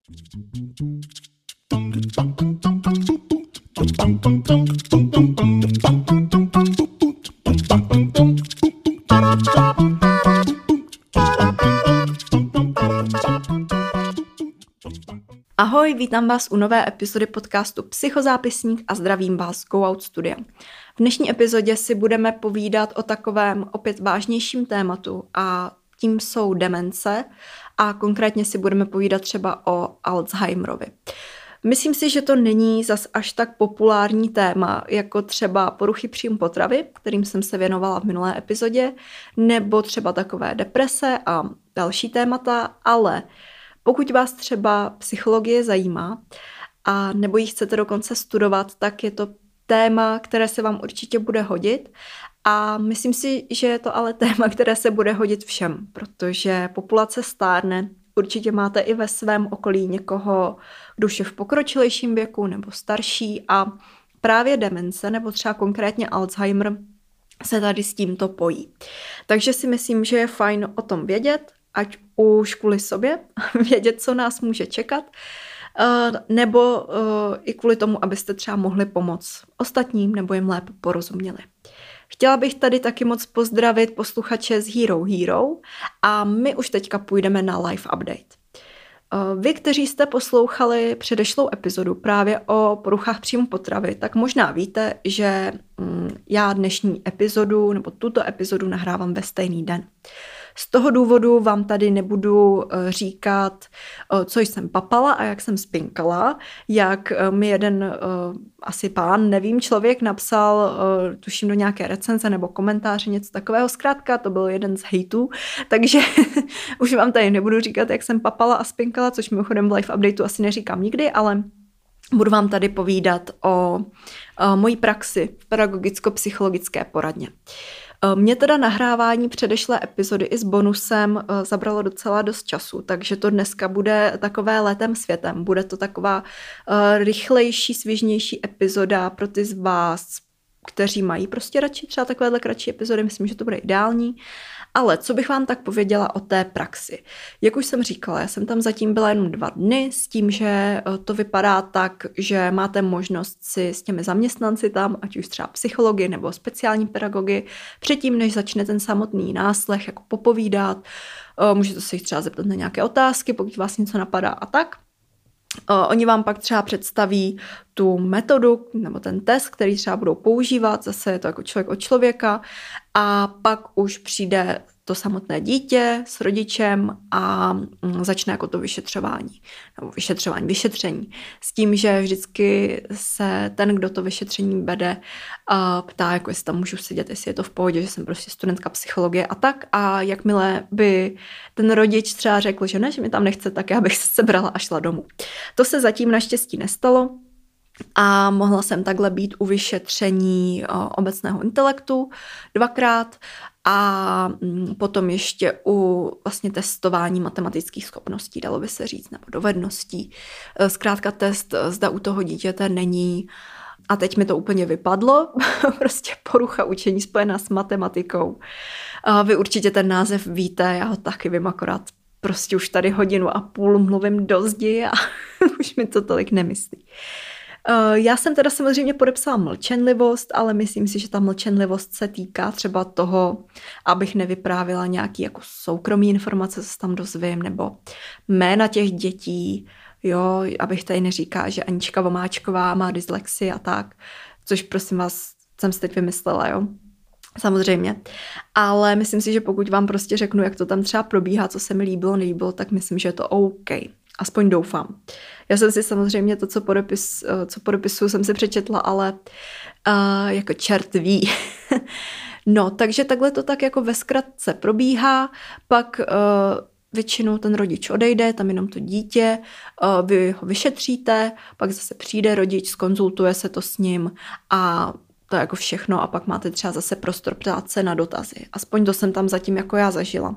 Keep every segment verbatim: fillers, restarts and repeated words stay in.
Ahoj, vítám vás u nové epizody podcastu Psychozápisník a zdravím vás z Go Out Studia. V dnešní epizodě si budeme povídat o takovém opět vážnějším tématu a tím jsou demence a konkrétně si budeme povídat třeba o Alzheimerovi. Myslím si, že to není zas až tak populární téma, jako třeba poruchy příjmu potravy, kterým jsem se věnovala v minulé epizodě, nebo třeba takové deprese a další témata, ale pokud vás třeba psychologie zajímá a nebo ji chcete dokonce studovat, tak je to téma, které se vám určitě bude hodit a myslím si, že je to ale téma, které se bude hodit všem, protože populace stárne. Určitě máte i ve svém okolí někoho, kdo je v pokročilejším věku nebo starší a právě demence nebo třeba konkrétně Alzheimer se tady s tímto pojí. Takže si myslím, že je fajn o tom vědět, ať už kvůli sobě, vědět, co nás může čekat, nebo i kvůli tomu, abyste třeba mohli pomoct ostatním nebo jim lépe porozuměli. Chtěla bych tady taky moc pozdravit posluchače z Hero Hero a my už teďka půjdeme na live update. Vy, kteří jste poslouchali předešlou epizodu právě o poruchách příjmu potravy, tak možná víte, že já dnešní epizodu nebo tuto epizodu nahrávám ve stejný den. Z toho důvodu vám tady nebudu říkat, co jsem papala a jak jsem spinkala, jak mi jeden asi pán, nevím, člověk napsal, tuším do nějaké recenze nebo komentáře, něco takového. Zkrátka, to byl jeden z hejtů, takže už vám tady nebudu říkat, jak jsem papala a spinkala, což mimochodem v live updateu asi neříkám nikdy, ale budu vám tady povídat o, o mojí praxi v pedagogicko-psychologické poradně. Mě teda nahrávání předešlé epizody i s bonusem zabralo docela dost času, takže to dneska bude takové letem světem. Bude to taková uh, rychlejší, svěžnější epizoda pro ty z vás, kteří mají prostě radši třeba takovéhle kratší epizody. Myslím, že to bude ideální. Ale co bych vám tak pověděla o té praxi? Jak už jsem říkala, já jsem tam zatím byla jenom dva dny s tím, že to vypadá tak, že máte možnost si s těmi zaměstnanci tam, ať už třeba psychologi nebo speciální pedagogy, předtím, než začne ten samotný náslech, jako popovídat. Můžete se jich třeba zeptat na nějaké otázky, pokud vás něco napadá a tak. Oni vám pak třeba představí tu metodu nebo ten test, který třeba budou používat, zase je to jako člověk od člověka a pak už přijde to samotné dítě s rodičem a začne jako to vyšetřování, nebo vyšetřování, vyšetření. S tím, že vždycky se ten, kdo to vyšetření vede, ptá, jako jestli tam můžu sedět, jestli je to v pohodě, že jsem prostě studentka psychologie a tak. A jakmile by ten rodič třeba řekl, že ne, že mi tam nechce, tak já bych se sebrala a šla domů. To se zatím naštěstí nestalo. A mohla jsem takhle být u vyšetření obecného intelektu dvakrát a potom ještě u vlastně testování matematických schopností, dalo by se říct, nebo dovedností. Zkrátka test, zda u toho dítěte není, a teď mi to úplně vypadlo, prostě porucha učení spojená s matematikou. Vy určitě ten název víte, já ho taky vím, akorát prostě už tady hodinu a půl mluvím do zdi a už mi to tolik nemyslí. Já jsem teda samozřejmě podepsala mlčenlivost, ale myslím si, že ta mlčenlivost se týká třeba toho, abych nevyprávila nějaký jako soukromý informace, co se tam dozvím, nebo jména těch dětí, jo, abych tady neříkala, že Anička Vomáčková má dyslexii a tak, což prosím vás jsem si teď vymyslela, jo. Samozřejmě, ale myslím si, že pokud vám prostě řeknu, jak to tam třeba probíhá, co se mi líbilo, nelíbilo, tak myslím, že je to OK. Aspoň doufám. Já jsem si samozřejmě to, co, podepis, co podepisuju, jsem si přečetla, ale uh, jako čert ví. No, takže takhle to tak jako ve zkratce probíhá, pak uh, většinou ten rodič odejde, tam jenom to dítě, uh, vy ho vyšetříte, pak zase přijde rodič, zkonzultuje se to s ním a to je jako všechno a pak máte třeba zase prostor ptát se na dotazy. Aspoň to jsem tam zatím jako já zažila.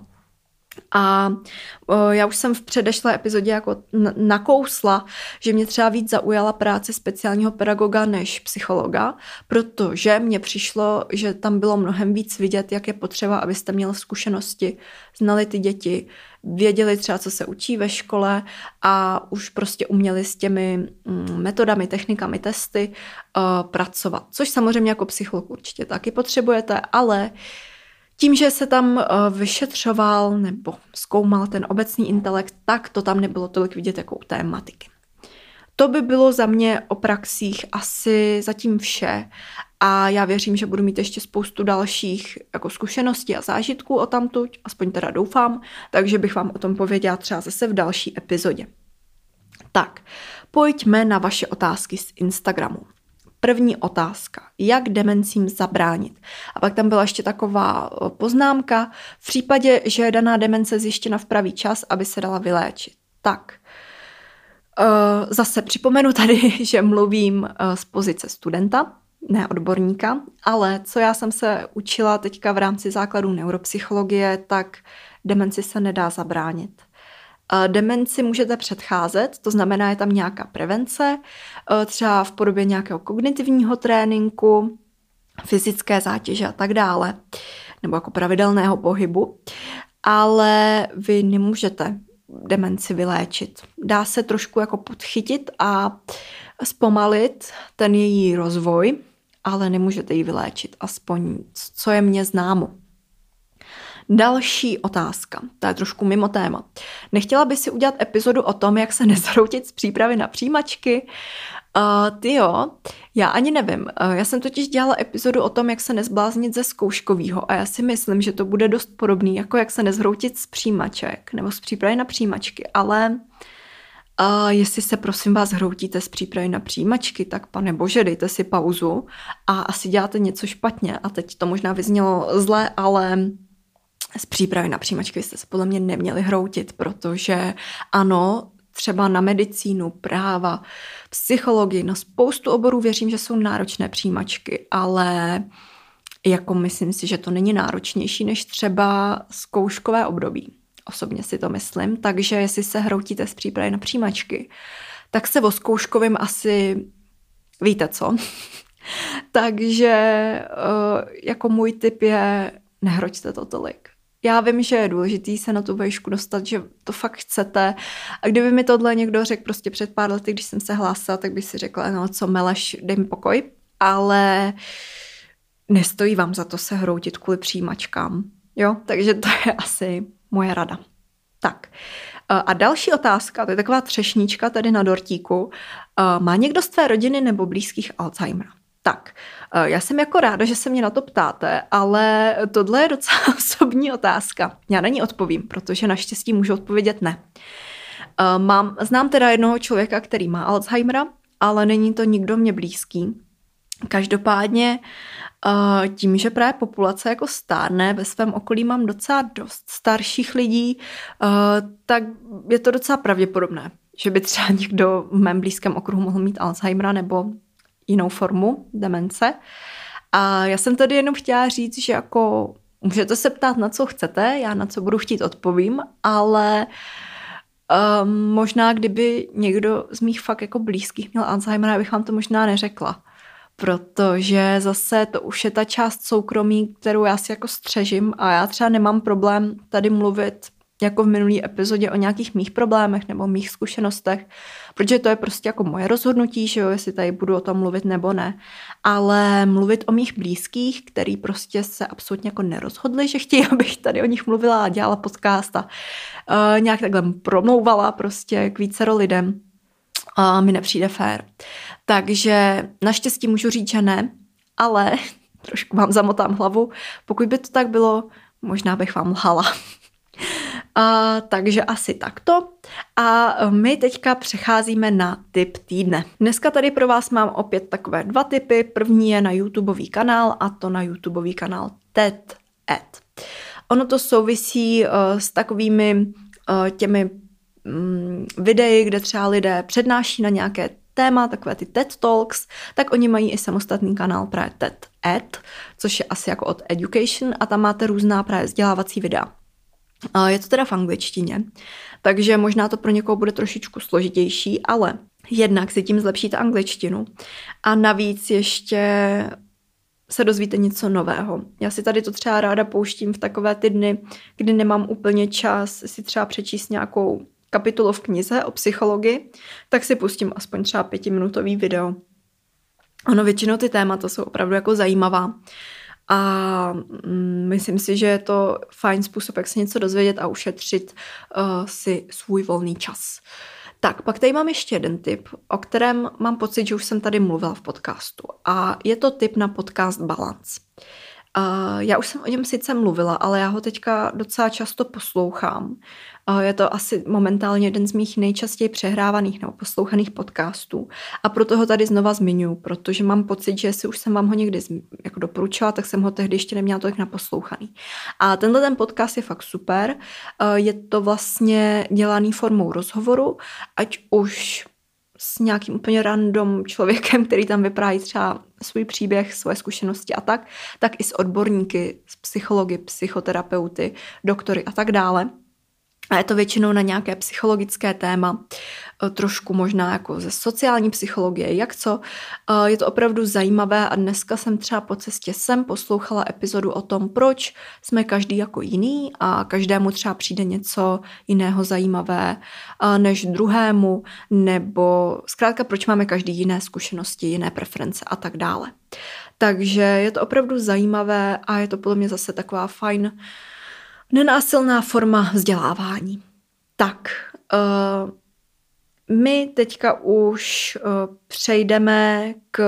A o, já už jsem v předešlé epizodě jako nakousla, že mě třeba víc zaujala práce speciálního pedagoga než psychologa, protože mně přišlo, že tam bylo mnohem víc vidět, jak je potřeba, abyste měli zkušenosti, znali ty děti, věděli třeba, co se učí ve škole a už prostě uměli s těmi metodami, technikami, testy uh, pracovat. Což samozřejmě jako psycholog určitě taky potřebujete, ale tím, že se tam uh, vyšetřoval nebo zkoumal ten obecný intelekt, tak to tam nebylo tolik vidět jako u té matiky. To by bylo za mě o praxích asi zatím vše a já věřím, že budu mít ještě spoustu dalších jako zkušeností a zážitků o tamtuť, aspoň teda doufám, takže bych vám o tom pověděla třeba zase v další epizodě. Tak, pojďme na vaše otázky z Instagramu. První otázka, jak demencím zabránit? A pak tam byla ještě taková poznámka, v případě, že je daná demence zjištěna v pravý čas, aby se dala vyléčit. Tak, zase připomenu tady, že mluvím z pozice studenta, ne odborníka, ale co já jsem se učila teďka v rámci základů neuropsychologie, tak demenci se nedá zabránit. Demenci můžete předcházet, to znamená, je tam nějaká prevence, třeba v podobě nějakého kognitivního tréninku, fyzické zátěže a tak dále, nebo jako pravidelného pohybu, ale vy nemůžete demenci vyléčit. Dá se trošku jako podchytit a zpomalit ten její rozvoj, ale nemůžete ji vyléčit, aspoň co je mně známo. Další otázka, to je trošku mimo téma. Nechtěla by si udělat epizodu o tom, jak se nezhroutit z přípravy na přijímačky? Uh, ty jo, já ani nevím. Uh, já jsem totiž dělala epizodu o tom, jak se nezbláznit ze zkouškovýho a já si myslím, že to bude dost podobný, jako jak se nezhroutit z přijímaček nebo z přípravy na přijímačky, ale uh, jestli se prosím vás hroutíte z přípravy na přijímačky, tak pane bože, dejte si pauzu a asi děláte něco špatně a teď to možná vyznělo zle, ale z přípravy na přijímačky jste se podle mě neměli hroutit, protože ano, třeba na medicínu, práva, psychologii, na spoustu oborů věřím, že jsou náročné přijímačky, ale jako myslím si, že to není náročnější než třeba zkouškové období. Osobně si to myslím, takže jestli se hroutíte z přípravy na přijímačky, tak se o zkouškovým asi víte co. Takže jako můj tip je, nehroťte to tolik. Já vím, že je důležitý se na tu vejšku dostat, že to fakt chcete. A kdyby mi tohle někdo řekl prostě před pár lety, když jsem se hlásila, tak bych si řekla, no co meleš, dej mi pokoj. Ale nestojí vám za to se hroutit kvůli přijímačkám. Jo, takže to je asi moje rada. Tak. A další otázka, to je taková třešnička tady na dortíku. Má někdo z tvé rodiny nebo blízkých Alzheimera? Tak, já jsem jako ráda, že se mě na to ptáte, ale tohle je docela osobní otázka. Já na ní odpovím, protože naštěstí můžu odpovědět ne. Mám, znám teda jednoho člověka, který má Alzheimera, ale není to nikdo mě blízký. Každopádně tím, že právě populace jako stárne, ve svém okolí mám docela dost starších lidí, tak je to docela pravděpodobné, že by třeba někdo v mém blízkém okruhu mohl mít Alzheimera nebo jinou formu demence. A já jsem tady jenom chtěla říct, že jako můžete se ptát, na co chcete, já na co budu chtít odpovím, ale um, možná kdyby někdo z mých fakt jako blízkých měl Alzheimera, bych vám to možná neřekla. Protože zase to už je ta část soukromí, kterou já si jako střežím a já třeba nemám problém tady mluvit jako v minulý epizodě o nějakých mých problémech nebo mých zkušenostech, protože to je prostě jako moje rozhodnutí, že jo, jestli tady budu o tom mluvit nebo ne, ale mluvit o mých blízkých, který prostě se absolutně jako nerozhodli, že chtějí, abych tady o nich mluvila a dělala podcast a uh, nějak takhle promlouvala prostě k vícero lidem, uh, mi nepřijde fér. Takže naštěstí můžu říct, že ne, ale trošku vám zamotám hlavu, pokud by to tak bylo, možná bych vám lhala. Uh, takže asi takto. A my teďka přecházíme na tip týdne. Dneska tady pro vás mám opět takové dva tipy. První je na YouTubeový kanál a to na YouTubeový kanál TED Ed. Ono to souvisí uh, s takovými uh, těmi um, videi, kde třeba lidé přednáší na nějaké téma, takové ty TED Talks, tak oni mají i samostatný kanál právě TED Ed, což je asi jako od Education a tam máte různá právě vzdělávací videa. Je to teda v angličtině, takže možná to pro někoho bude trošičku složitější, ale jednak si tím zlepšíte angličtinu a navíc ještě se dozvíte něco nového. Já si tady to třeba ráda pouštím v takové ty dny, kdy nemám úplně čas si třeba přečíst nějakou kapitolu v knize o psychologii, tak si pustím aspoň třeba pětiminutový video. Ono většinou ty témata jsou opravdu jako zajímavá a myslím si, že je to fajn způsob, jak se něco dozvědět a ušetřit uh, si svůj volný čas. Tak, pak tady mám ještě jeden tip, o kterém mám pocit, že už jsem tady mluvila v podcastu a je to tip na podcast Balance. Uh, já už jsem o něm sice mluvila, ale já ho teďka docela často poslouchám. Uh, je to asi momentálně jeden z mých nejčastěji přehrávaných nebo poslouchaných podcastů a proto ho tady znova zmiňuji, protože mám pocit, že jestli už jsem vám ho někdy jako doporučila, tak jsem ho tehdy ještě neměla tolik naposlouchaný. A tenhle ten podcast je fakt super. Uh, je to vlastně dělaný formou rozhovoru, ať už s nějakým úplně random člověkem, který tam vypráví třeba svůj příběh, svoje zkušenosti a tak, tak i s odborníky, s psychology, psychoterapeuty, doktory a tak dále. A je to většinou na nějaké psychologické téma, trošku možná jako ze sociální psychologie, jak co. Je to opravdu zajímavé a dneska jsem třeba po cestě sem poslouchala epizodu o tom, proč jsme každý jako jiný a každému třeba přijde něco jiného zajímavé než druhému, nebo zkrátka proč máme každý jiné zkušenosti, jiné preference a tak dále. Takže je to opravdu zajímavé a je to podle mě zase taková fajn nenásilná forma vzdělávání. Tak, uh, my teďka už uh, přejdeme k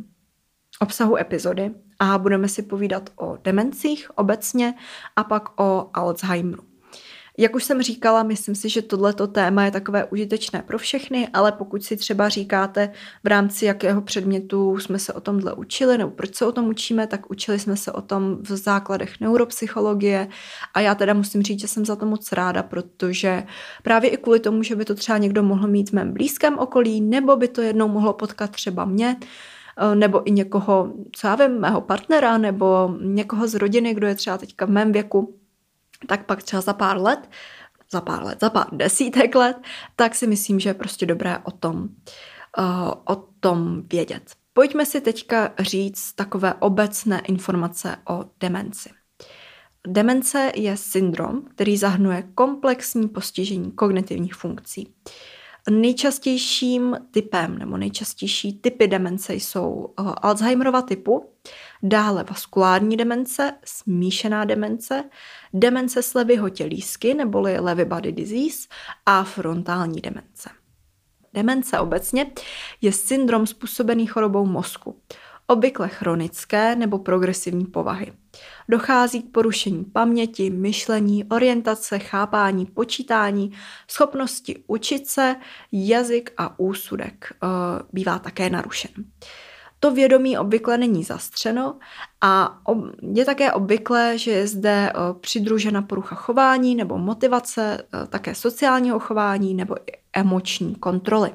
obsahu epizody a budeme si povídat o demencích obecně a pak o Alzheimeru. Jak už jsem říkala, myslím si, že tohleto téma je takové užitečné pro všechny, ale pokud si třeba říkáte, v rámci jakého předmětu jsme se o tomhle učili, nebo proč se o tom učíme, tak učili jsme se o tom v základech neuropsychologie a já teda musím říct, že jsem za to moc ráda, protože právě i kvůli tomu, že by to třeba někdo mohl mít v mém blízkém okolí, nebo by to jednou mohlo potkat třeba mě, nebo i někoho, co já vím, mého partnera, nebo někoho z rodiny, kdo je třeba teďka v mém věku, tak pak třeba za pár let, za pár let, za pár desítek let, tak si myslím, že je prostě dobré o tom, uh, o tom vědět. Pojďme si teďka říct takové obecné informace o demenci. Demence je syndrom, který zahrnuje komplexní postižení kognitivních funkcí. Nejčastějším typem nebo nejčastější typy demence jsou Alzheimerova typu, dále vaskulární demence, smíšená demence, demence s Levyho tělísky neboli Lewy body disease a frontální demence. Demence obecně je syndrom způsobený chorobou mozku, obvykle chronické nebo progresivní povahy. Dochází k porušení paměti, myšlení, orientace, chápání, počítání, schopnosti učit se, jazyk a úsudek bývá také narušen. To vědomí obvykle není zastřeno a je také obvyklé, že je zde přidružena porucha chování nebo motivace, také sociálního chování nebo i emoční kontroly.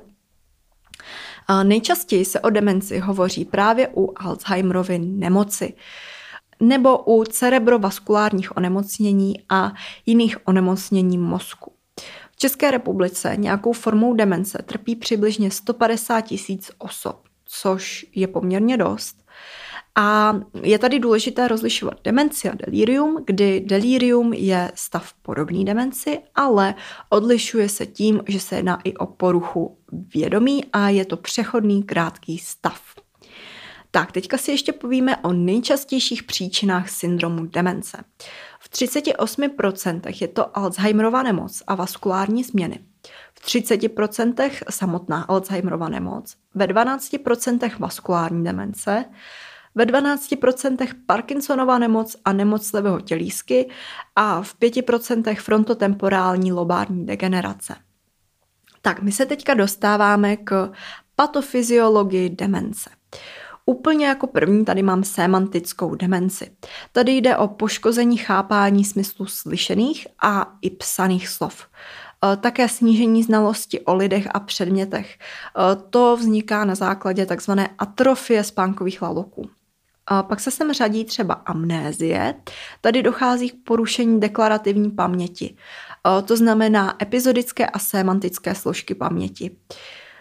Nejčastěji se o demenci hovoří právě u Alzheimerovy nemoci nebo u cerebrovaskulárních onemocnění a jiných onemocnění mozku. V České republice nějakou formou demence trpí přibližně sto padesát tisíc osob, což je poměrně dost. A je tady důležité rozlišovat demenci a delirium, kdy delirium je stav podobný demenci, ale odlišuje se tím, že se jedná i o poruchu vědomí a je to přechodný krátký stav. Tak, teďka si ještě povíme o nejčastějších příčinách syndromu demence. V třicet osm procent je to Alzheimerova nemoc a vaskulární změny. V třicet procent samotná Alzheimerova nemoc, ve dvanáct procent vaskulární demence, ve dvanáct procent Parkinsonova nemoc a nemoc Levyho tělísky a v pět procent frontotemporální lobární degenerace. Tak, my se teďka dostáváme k patofyziologii demence. Úplně jako první tady mám sémantickou demenci. Tady jde o poškození chápání smyslu slyšených a i psaných slov. Také snížení znalosti o lidech a předmětech. To vzniká na základě takzvané atrofie spánkových laloků. A pak se sem řadí třeba amnézie. Tady dochází k porušení deklarativní paměti. To znamená epizodické a sémantické složky paměti.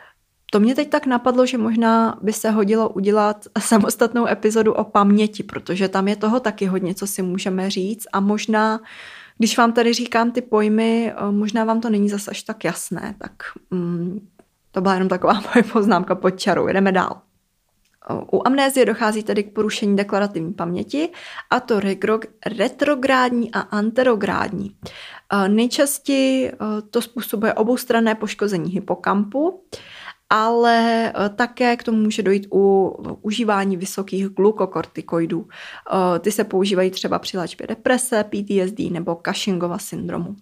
to mě teď tak napadlo, že možná by se hodilo udělat samostatnou epizodu o paměti, protože tam je toho taky hodně, co si můžeme říct a možná, když vám tady říkám ty pojmy, možná vám to není zase až tak jasné, tak mm, to byla jenom taková moje poznámka pod čarou. Jdeme dál. U amnézie dochází tedy k porušení deklarativní paměti, a to retrográdní a anterográdní. Nejčastěji to způsobuje oboustranné poškození hypokampu, ale také k tomu může dojít u užívání vysokých glukokortikoidů. Ty se používají třeba při léčbě deprese, P T S D nebo Cushingova syndromu.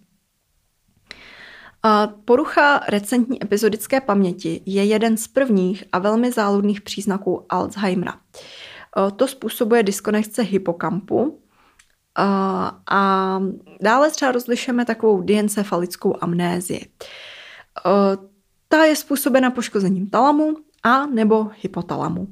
Porucha recentní epizodické paměti je jeden z prvních a velmi záludných příznaků Alzheimera. To způsobuje diskonekce hypokampu a dále třeba rozlišujeme takovou diencefalickou amnézii. Ta je způsobena poškozením talamu a nebo hypotalamu.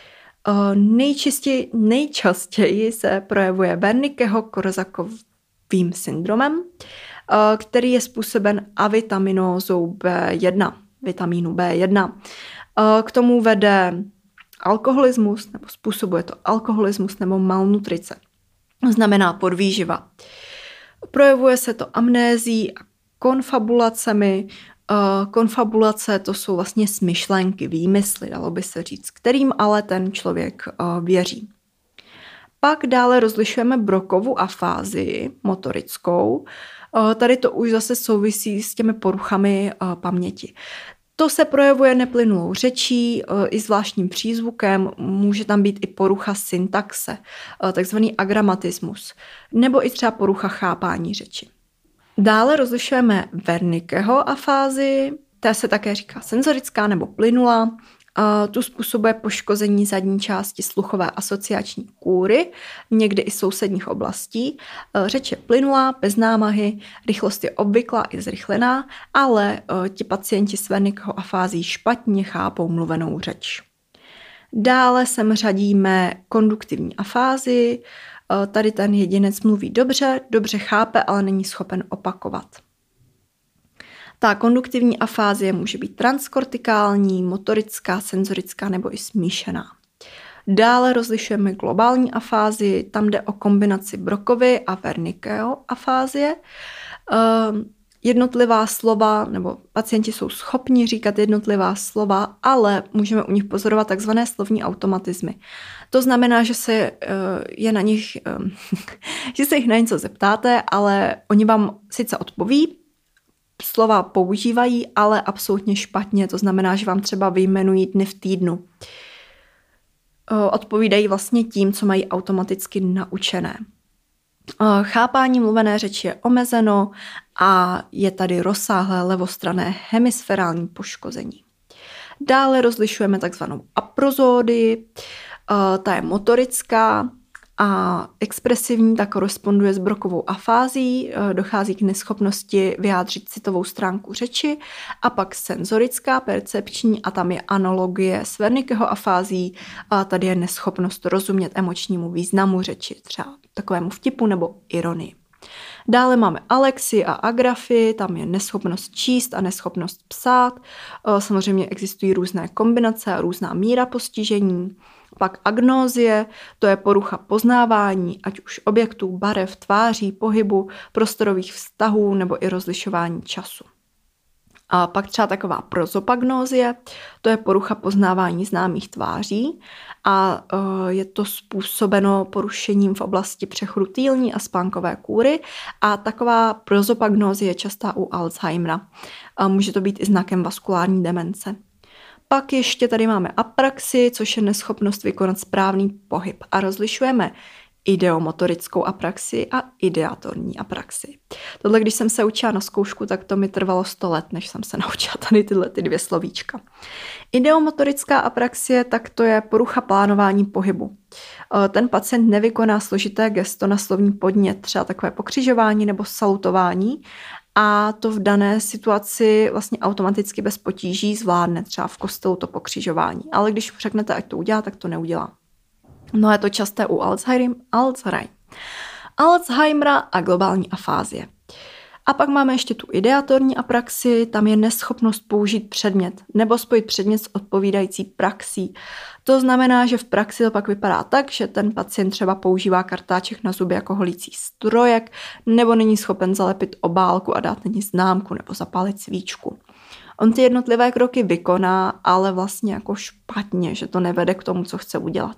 Nejčistěji, nejčastěji se projevuje Wernickeho-Korsakovým syndromem, který je způsoben avitaminózou B jedna, vitamínu B jedna. K tomu vede alkoholismus, nebo způsobuje to alkoholismus nebo malnutrice. Znamená podvýživa. Projevuje se to amnézií a konfabulacemi. Konfabulace to jsou vlastně smyšlenky, výmysly, dalo by se říct, kterým ale ten člověk věří. Pak dále rozlišujeme Brokovu afázii motorickou. Tady to už zase souvisí s těmi poruchami paměti. To se projevuje neplynulou řečí i zvláštním přízvukem, může tam být i porucha syntaxe, takzvaný agramatismus, nebo i třeba porucha chápání řeči. Dále rozlišujeme Wernickeho afázii, ta se také říká senzorická nebo plynulá. Tu způsobuje poškození zadní části sluchové asociační kůry, někdy i sousedních oblastí. Řeč je plynulá, bez námahy, rychlost je obvyklá i zrychlená, ale ti pacienti s Wernickeho afází špatně chápou mluvenou řeč. Dále sem řadíme konduktivní afázii. Tady ten jedinec mluví dobře, dobře chápe, ale není schopen opakovat. Ta konduktivní afázie může být transkortikální, motorická, senzorická nebo i smíšená. Dále rozlišujeme globální afázii, tam jde o kombinaci Brokovy a Wernickeho afázie. Jednotlivá slova, nebo pacienti jsou schopni říkat jednotlivá slova, ale můžeme u nich pozorovat takzvané slovní automatizmy. To znamená, že se je na nich, že se jich na něco zeptáte, ale oni vám sice odpoví, slova používají, ale absolutně špatně. To znamená, že vám třeba vyjmenují dny v týdnu. Odpovídají vlastně tím, co mají automaticky naučené. Chápání mluvené řeči je omezeno a je tady rozsáhlé levostranné hemisferální poškození. Dále rozlišujeme takzvanou aprozódii, ta je motorická a expresivní, ta koresponduje s Brokovou afázií, dochází k neschopnosti vyjádřit citovou stránku řeči, a pak senzorická, percepční, a tam je analogie s Wernickeho afázií, a tady je neschopnost rozumět emočnímu významu řeči, třeba takovému vtipu nebo ironii. Dále máme alexii a agrafii, tam je neschopnost číst a neschopnost psát. Samozřejmě existují různé kombinace a různá míra postižení. Pak agnózie, to je porucha poznávání, ať už objektů, barev, tváří, pohybu, prostorových vztahů nebo i rozlišování času. A pak třeba taková prozopagnózie, to je porucha poznávání známých tváří a je to způsobeno porušením v oblasti přechodu týlní a spánkové kůry, a taková prozopagnózie je častá u Alzheimera. A může to být i znakem vaskulární demence. Pak ještě tady máme apraxii, což je neschopnost vykonat správný pohyb, a rozlišujeme ideomotorickou apraxii a ideatorní apraxii. Tohle, když jsem se učila na zkoušku, tak to mi trvalo sto let, než jsem se naučila tady tyhle ty dvě slovíčka. Ideomotorická apraxie, tak to je porucha plánování pohybu. Ten pacient nevykoná složité gesto na slovní podnět, třeba takové pokřižování nebo salutování, a to v dané situaci vlastně automaticky bez potíží zvládne, třeba v kostelu to pokřižování. Ale když řeknete, ať to udělá, tak to neudělá. No je to časté u Alzheimer, Alzheimer, Alzheimera a globální afázie. A pak máme ještě tu ideatorní apraxii, tam je neschopnost použít předmět nebo spojit předmět s odpovídající praxí. To znamená, že v praxi to pak vypadá tak, že ten pacient třeba používá kartáček na zuby jako holící strojek nebo není schopen zalepit obálku a dát na ní známku nebo zapálit svíčku. On ty jednotlivé kroky vykoná, ale vlastně jako špatně, že to nevede k tomu, co chce udělat.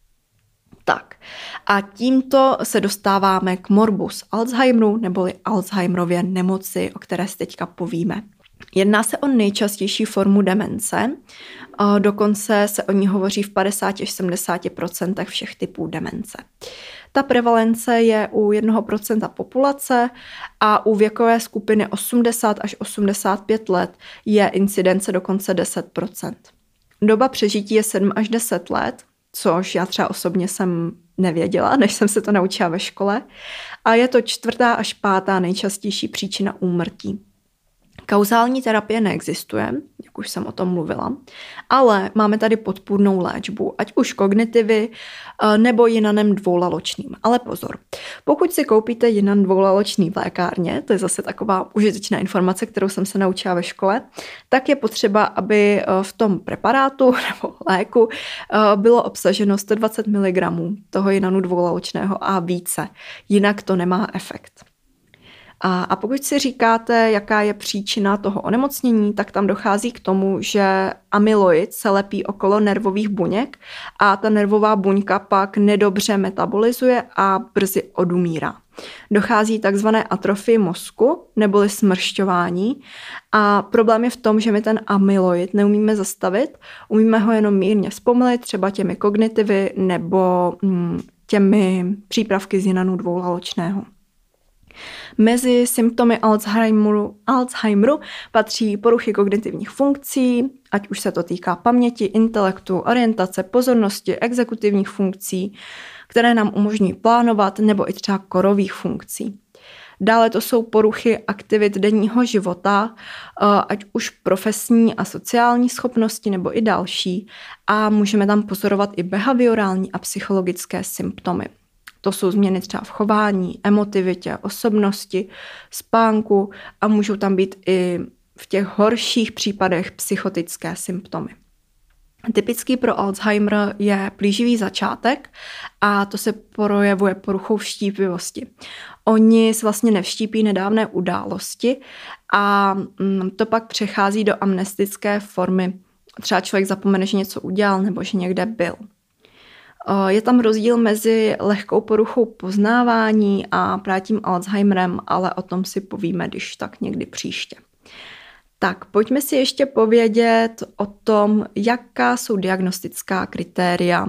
Tak a tímto se dostáváme k morbus Alzheimeru neboli Alzheimerově nemoci, o které si teďka povíme. Jedná se o nejčastější formu demence, dokonce se o ní hovoří v padesát až sedmdesát procent všech typů demence. Ta prevalence je u jednoho procenta populace a u věkové skupiny osmdesát až osmdesát pět let je incidence dokonce deset procent. Doba přežití je sedm až deset let, což já třeba osobně jsem nevěděla, než jsem se to naučila ve škole. A je to čtvrtá až pátá nejčastější příčina úmrtí. Kauzální terapie neexistuje, jak už jsem o tom mluvila, ale máme tady podpůrnou léčbu, ať už kognitivy nebo jinanem dvoulaločným. Ale pozor, pokud si koupíte jinan dvoulaločný v lékárně, to je zase taková užitečná informace, kterou jsem se naučila ve škole, tak je potřeba, aby v tom preparátu nebo léku bylo obsaženo sto dvacet miligramů toho jinanu dvoulaločného a více, jinak to nemá efekt. A, a pokud si říkáte, jaká je příčina toho onemocnění, tak tam dochází k tomu, že amyloid se lepí okolo nervových buněk a ta nervová buňka pak nedobře metabolizuje a brzy odumírá. Dochází takzvané atrofii mozku neboli smršťování a problém je v tom, že my ten amyloid neumíme zastavit, umíme ho jenom mírně zpomalit, třeba těmi kognitivy nebo hm, těmi přípravky z jinanu dvoulaločného. Mezi symptomy Alzheimeru, Alzheimeru patří poruchy kognitivních funkcí, ať už se to týká paměti, intelektu, orientace, pozornosti, exekutivních funkcí, které nám umožní plánovat, nebo i třeba korových funkcí. Dále to jsou poruchy aktivit denního života, ať už profesní a sociální schopnosti nebo i další. A můžeme tam pozorovat i behaviorální a psychologické symptomy. To jsou změny třeba v chování, emotivitě, osobnosti, spánku a můžou tam být i v těch horších případech psychotické symptomy. Typický pro Alzheimer je plíživý začátek a to se projevuje poruchou vštípivosti. Oni se vlastně nevštípí nedávné události a to pak přechází do amnestické formy. Třeba člověk zapomene, že něco udělal nebo že někde byl. Je tam rozdíl mezi lehkou poruchou poznávání a právě tím Alzheimerem, ale o tom si povíme, když tak někdy příště. Tak pojďme si ještě povědět o tom, jaká jsou diagnostická kritéria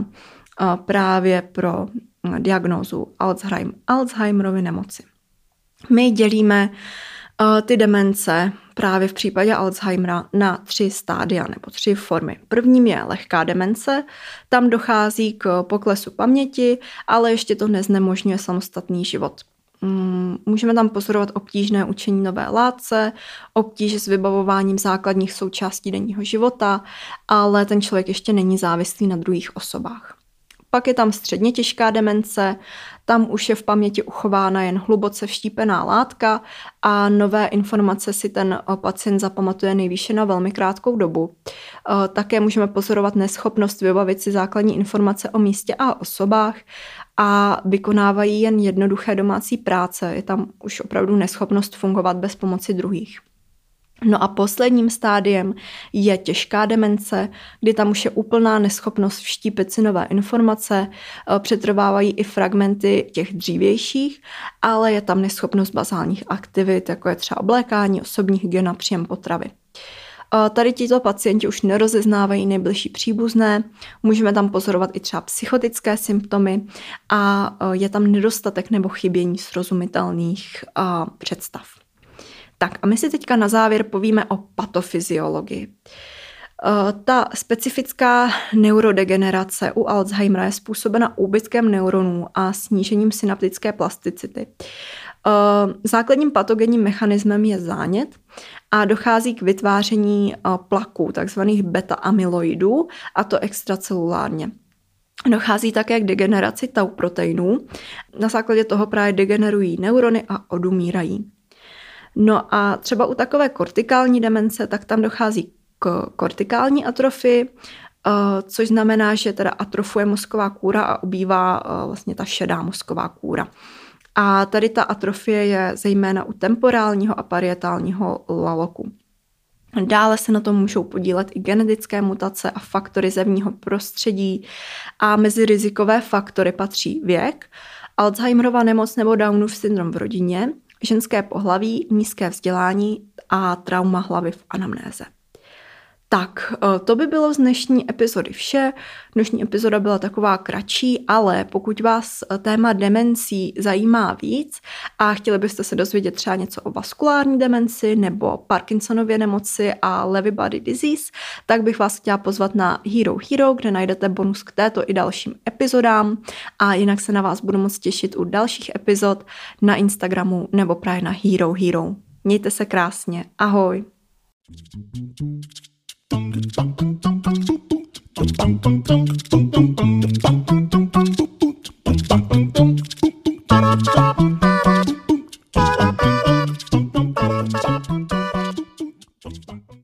právě pro diagnózu Alzheimerovy nemoci. My dělíme ty demence právě v případě Alzheimera na tři stádia nebo tři formy. Prvním je lehká demence, tam dochází k poklesu paměti, ale ještě to neznemožňuje samostatný život. Můžeme tam pozorovat obtížné učení nové látce, obtíže s vybavováním základních součástí denního života, ale ten člověk ještě není závislý na druhých osobách. Pak je tam středně těžká demence, tam už je v paměti uchována jen hluboce vštípená látka a nové informace si ten pacient zapamatuje nejvýše na velmi krátkou dobu. Také můžeme pozorovat neschopnost vybavit si základní informace o místě a osobách a vykonávají jen jednoduché domácí práce. Je tam už opravdu neschopnost fungovat bez pomoci druhých. No a posledním stádiem je těžká demence, kdy tam už je úplná neschopnost vštípit si nové informace, přetrvávají i fragmenty těch dřívějších, ale je tam neschopnost bazálních aktivit, jako je třeba oblékání, osobní hygiena, příjem potravy. Tady tito pacienti už nerozeznávají nejbližší příbuzné, můžeme tam pozorovat i třeba psychotické symptomy a je tam nedostatek nebo chybění srozumitelných představ. Tak a my si teďka na závěr povíme o patofyziologii. Ta specifická neurodegenerace u Alzheimera je způsobena úbytkem neuronů a snížením synaptické plasticity. Základním patogenním mechanismem je zánět a dochází k vytváření plaků, takzvaných beta-amyloidů, a to extracelulárně. Dochází také k degeneraci tau proteinů. Na základě toho právě degenerují neurony a odumírají. No a třeba u takové kortikální demence, tak tam dochází k kortikální atrofii, což znamená, že teda atrofuje mozková kůra a ubývá vlastně ta šedá mozková kůra. A tady ta atrofie je zejména u temporálního a parietálního laloku. Dále se na tom můžou podílet i genetické mutace a faktory zevního prostředí a mezi rizikové faktory patří věk, Alzheimerova nemoc nebo Downův syndrom v rodině, ženské pohlaví, nízké vzdělání a trauma hlavy v anamnéze. Tak, to by bylo z dnešní epizody vše. Dnešní epizoda byla taková kratší, ale pokud vás téma demencí zajímá víc a chtěli byste se dozvědět třeba něco o vaskulární demenci nebo Parkinsonově nemoci a Lewy body disease, tak bych vás chtěla pozvat na Hero Hero, kde najdete bonus k této i dalším epizodám a jinak se na vás budu moc těšit u dalších epizod na Instagramu nebo právě na Hero Hero. Mějte se krásně. Ahoj. Dum dum dum dum dum dum dum dum dum dum dum dum dum dum